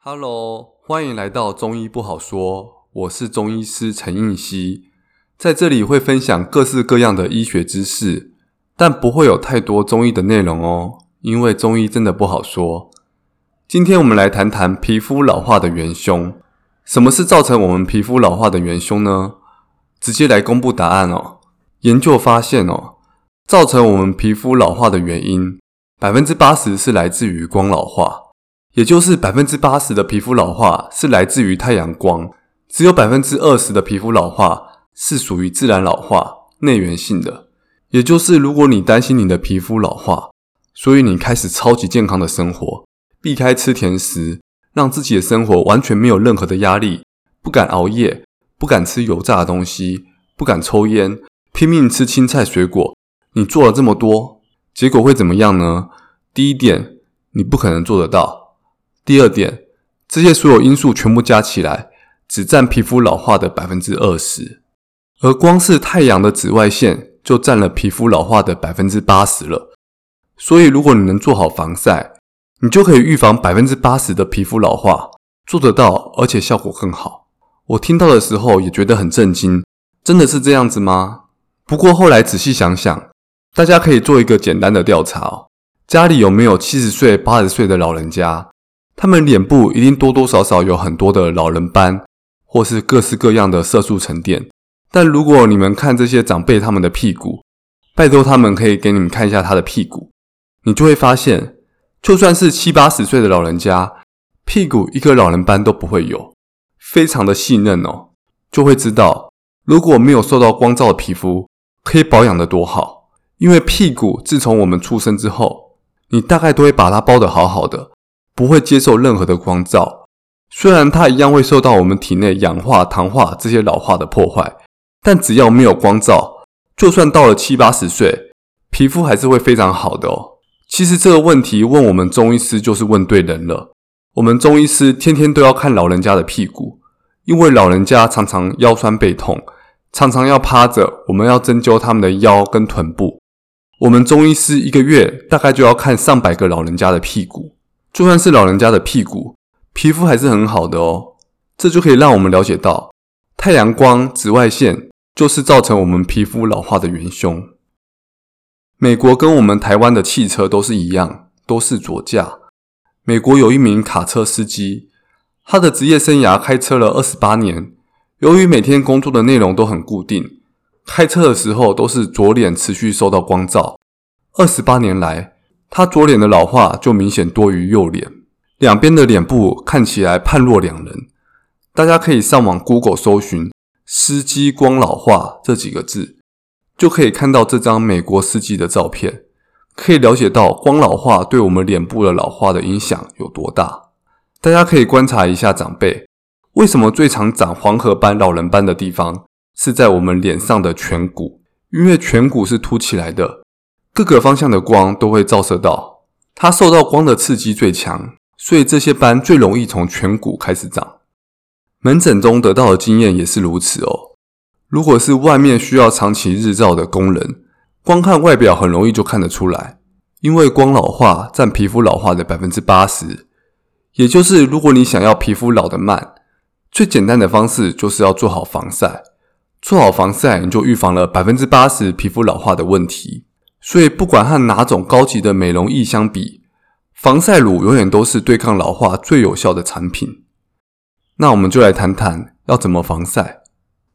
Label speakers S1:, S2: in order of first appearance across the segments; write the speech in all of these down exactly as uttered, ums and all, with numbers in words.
S1: Hello， 欢迎来到中医不好说，我是中医师陈应希，在这里会分享各式各样的医学知识，但不会有太多中医的内容哦，因为中医真的不好说。今天我们来谈谈皮肤老化的元凶。什么是造成我们皮肤老化的元凶呢？直接来公布答案哦。研究发现哦，造成我们皮肤老化的原因 百分之八十 是来自于光老化，也就是 百分之八十 的皮肤老化是来自于太阳光，只有 百分之二十 的皮肤老化是属于自然老化，内源性的。也就是如果你担心你的皮肤老化，所以你开始超级健康的生活，避开吃甜食，让自己的生活完全没有任何的压力，不敢熬夜，不敢吃油炸的东西，不敢抽烟，拼命吃青菜水果，你做了这么多，结果会怎么样呢？第一点，你不可能做得到。第二点，这些所有因素全部加起来，只占皮肤老化的 百分之二十， 而光是太阳的紫外线就占了皮肤老化的 百分之八十 了。所以如果你能做好防晒，你就可以预防 百分之八十 的皮肤老化，做得到，而且效果更好。我听到的时候也觉得很震惊，真的是这样子吗？不过后来仔细想想，大家可以做一个简单的调查哦，家里有没有七十岁、八十岁的老人家？他们脸部一定多多少少有很多的老人斑，或是各式各样的色素沉淀。但如果你们看这些长辈他们的屁股，拜托他们可以给你们看一下他的屁股，你就会发现，就算是七八十岁的老人家，屁股一个老人斑都不会有，非常的细嫩哦，就会知道，如果没有受到光照的皮肤，可以保养得多好。因为屁股自从我们出生之后，你大概都会把它包得好好的，不会接受任何的光照。虽然它一样会受到我们体内氧化、糖化这些老化的破坏，但只要没有光照，就算到了七八十岁，皮肤还是会非常好的哦。其实这个问题问我们中医师就是问对人了。我们中医师天天都要看老人家的屁股，因为老人家常常腰酸背痛，常常要趴着，我们要针灸他们的腰跟臀部。我们中医师一个月大概就要看上百个老人家的屁股，就算是老人家的屁股，皮肤还是很好的哦。这就可以让我们了解到，太阳光、紫外线就是造成我们皮肤老化的元凶。美国跟我们台湾的汽车都是一样，都是左驾。美国有一名卡车司机，他的职业生涯开车了二十八年，由于每天工作的内容都很固定，开车的时候都是左脸持续受到光照。二十八年来，他左脸的老化就明显多于右脸，两边的脸部看起来判若两人。大家可以上网 Google 搜寻司机光老化这几个字，就可以看到这张美国司机的照片，可以了解到光老化对我们脸部的老化的影响有多大。大家可以观察一下长辈，为什么最常长黄褐斑、老人斑的地方是在我们脸上的颧骨？因为颧骨是凸起来的，各个方向的光都会照射到，它受到光的刺激最强，所以这些斑最容易从颧骨开始长。门诊中得到的经验也是如此哦。如果是外面需要长期日照的工人，光看外表很容易就看得出来，因为光老化占皮肤老化的 百分之八十， 也就是如果你想要皮肤老得慢，最简单的方式就是要做好防晒。做好防晒，你就预防了 百分之八十 皮肤老化的问题。所以不管和哪种高级的美容液相比，防晒乳永远都是对抗老化最有效的产品。那我们就来谈谈要怎么防晒。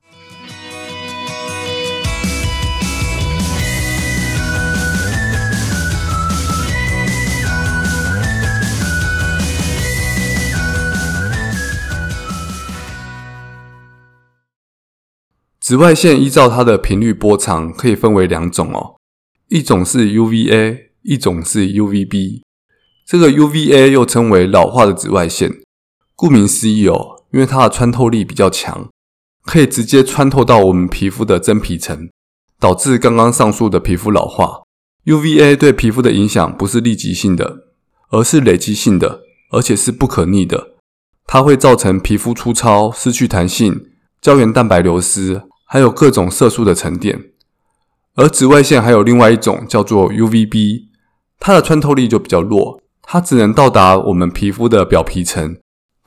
S1: 紫外线依照它的频率波长可以分为两种哦，一种是 U V A， 一种是 U V B。 这个 U V A 又称为老化的紫外线，顾名思义哦，因为它的穿透力比较强，可以直接穿透到我们皮肤的真皮层，导致刚刚上述的皮肤老化。 U V A 对皮肤的影响不是立即性的，而是累积性的，而且是不可逆的。它会造成皮肤粗糙、失去弹性、胶原蛋白流失，还有各种色素的沉淀。而紫外线还有另外一种叫做 U V B， 它的穿透力就比较弱，它只能到达我们皮肤的表皮层，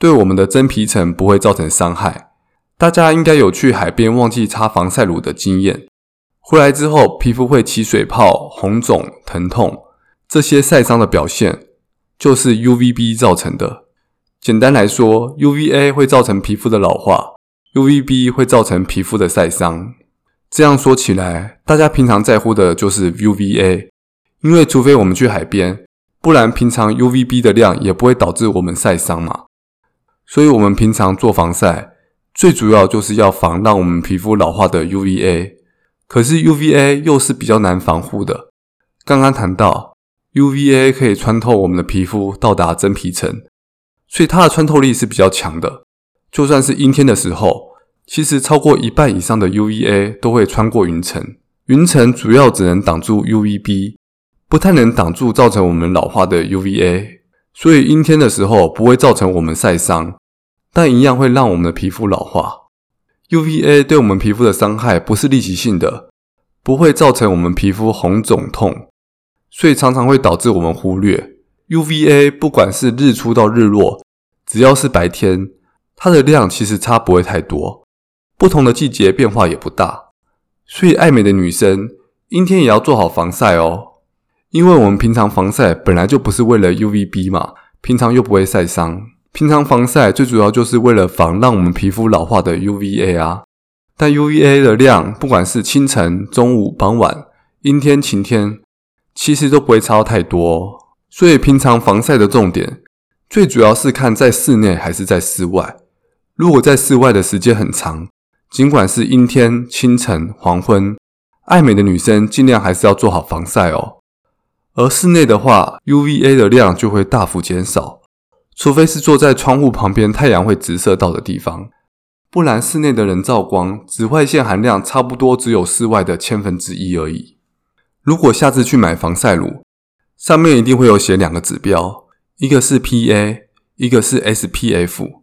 S1: 对我们的真皮层不会造成伤害。大家应该有去海边忘记擦防晒乳的经验，回来之后皮肤会起水泡、红肿、疼痛，这些晒伤的表现就是 U V B 造成的。简单来说 U V A 会造成皮肤的老化， U V B 会造成皮肤的晒伤。这样说起来，大家平常在乎的就是 U V A， 因为除非我们去海边，不然平常 U V B 的量也不会导致我们晒伤嘛。所以我们平常做防晒，最主要就是要防让我们皮肤老化的 U V A。 可是 U V A 又是比较难防护的。刚刚谈到 U V A 可以穿透我们的皮肤到达真皮层，所以它的穿透力是比较强的。就算是阴天的时候，其实超过一半以上的 U V A 都会穿过云层。云层主要只能挡住 U V B， 不太能挡住造成我们老化的 U V A， 所以阴天的时候不会造成我们晒伤，但一样会让我们的皮肤老化。U V A 对我们皮肤的伤害不是立即性的，不会造成我们皮肤红肿痛，所以常常会导致我们忽略。U V A 不管是日出到日落，只要是白天，它的量其实差不会太多，不同的季节变化也不大。所以爱美的女生阴天也要做好防晒哦，因为我们平常防晒本来就不是为了 U V B 嘛，平常又不会晒伤。平常防晒最主要就是为了防让我们皮肤老化的 U V A 啊。但 U V A 的量不管是清晨、中午、傍晚、阴天、晴天，其实都不会差到太多哦。所以平常防晒的重点最主要是看在室内还是在室外。如果在室外的时间很长，尽管是阴天、清晨、黄昏，爱美的女生尽量还是要做好防晒哦。而室内的话 U V A 的量就会大幅减少，除非是坐在窗户旁边太阳会直射到的地方，不然室内的人造光紫外线含量差不多只有室外的千分之一而已。如果下次去买防晒乳，上面一定会有写两个指标，一个是 P A， 一个是 S P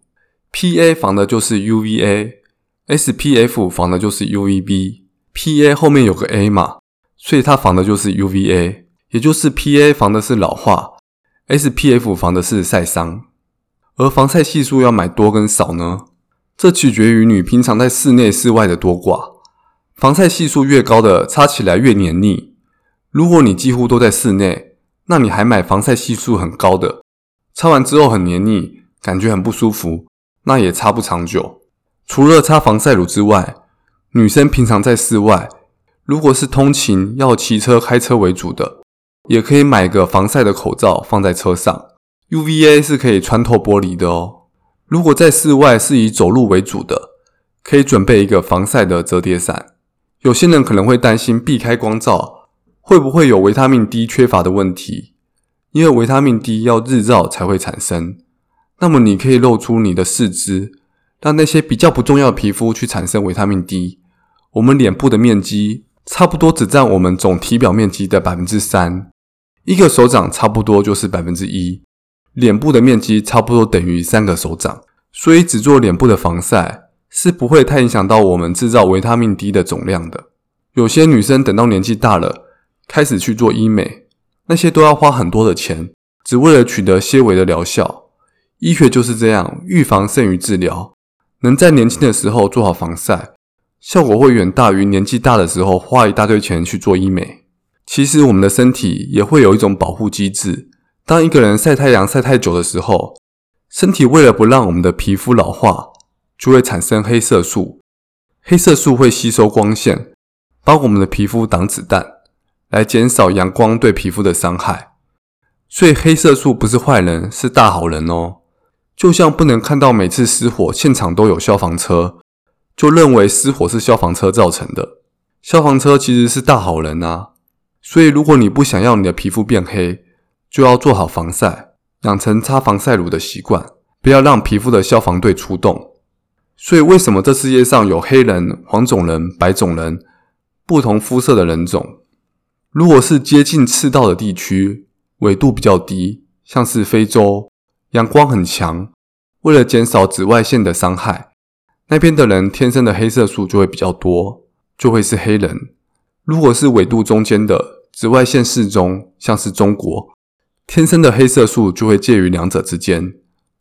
S1: F。P A 防的就是 U V A， S P F 防的就是 U V B。P A 后面有个 A 嘛，所以它防的就是 U V A， 也就是 P A 防的是老化， S P F 防的是晒伤。而防晒系数要买多跟少呢？这取决于你平常在室内室外的多寡。防晒系数越高的擦起来越黏腻，如果你几乎都在室内，那你还买防晒系数很高的，擦完之后很黏腻，感觉很不舒服，那也擦不长久。除了擦防晒乳之外，女生平常在室外，如果是通勤要骑车开车为主的，也可以买个防晒的口罩放在车上， U V A 是可以穿透玻璃的哦。如果在室外是以走路为主的，可以准备一个防晒的折叠伞。有些人可能会担心避开光照会不会有维他命 D 缺乏的问题，因为维他命 D 要日照才会产生。那么你可以露出你的四肢，让那些比较不重要的皮肤去产生维他命 D。 我们脸部的面积差不多只占我们总体表面积的 百分之三， 一个手掌差不多就是 百分之一， 脸部的面积差不多等于三个手掌。所以只做脸部的防晒是不会太影响到我们制造维他命 D 的总量的。有些女生等到年纪大了开始去做医美，那些都要花很多的钱，只为了取得些微的疗效。医学就是这样，预防胜于治疗，能在年轻的时候做好防晒，效果会远大于年纪大的时候花一大堆钱去做医美。其实我们的身体也会有一种保护机制，当一个人晒太阳晒太久的时候，身体为了不让我们的皮肤老化，就会产生黑色素。黑色素会吸收光线，帮我们的皮肤挡子弹，来减少阳光对皮肤的伤害。所以黑色素不是坏人，是大好人哦。就像不能看到每次失火现场都有消防车，就认为失火是消防车造成的。消防车其实是大好人啊。所以如果你不想要你的皮肤变黑，就要做好防晒，养成擦防晒乳的习惯，不要让皮肤的消防队出动。所以为什么这世界上有黑人、黄种人、白种人，不同肤色的人种？如果是接近赤道的地区，纬度比较低，像是非洲，阳光很强，为了减少紫外线的伤害，那边的人天生的黑色素就会比较多，就会是黑人。如果是纬度中间的，紫外线适中，像是中国，天生的黑色素就会介于两者之间，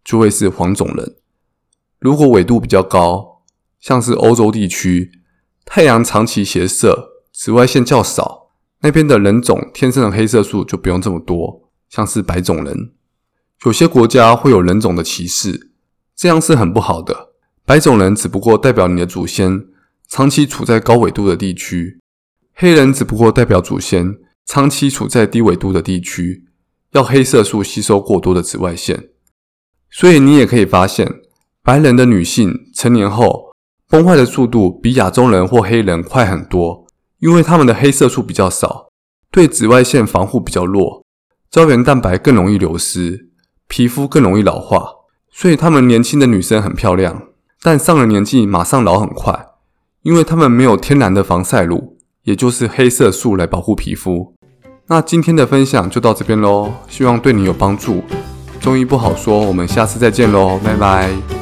S1: 就会是黄种人。如果纬度比较高，像是欧洲地区，太阳长期斜射，紫外线较少，那边的人种天生的黑色素就不用这么多，像是白种人。有些国家会有人种的歧视，这样是很不好的。白种人只不过代表你的祖先长期处在高纬度的地区，黑人只不过代表祖先长期处在低纬度的地区，要黑色素吸收过多的紫外线。所以你也可以发现，白人的女性成年后崩坏的速度比亚洲人或黑人快很多，因为他们的黑色素比较少，对紫外线防护比较弱，胶原蛋白更容易流失，皮肤更容易老化，所以他们年轻的女生很漂亮，但上了年纪马上老很快，因为他们没有天然的防晒乳，也就是黑色素来保护皮肤。那今天的分享就到这边咯，希望对你有帮助。中医不好说，我们下次再见咯，拜拜。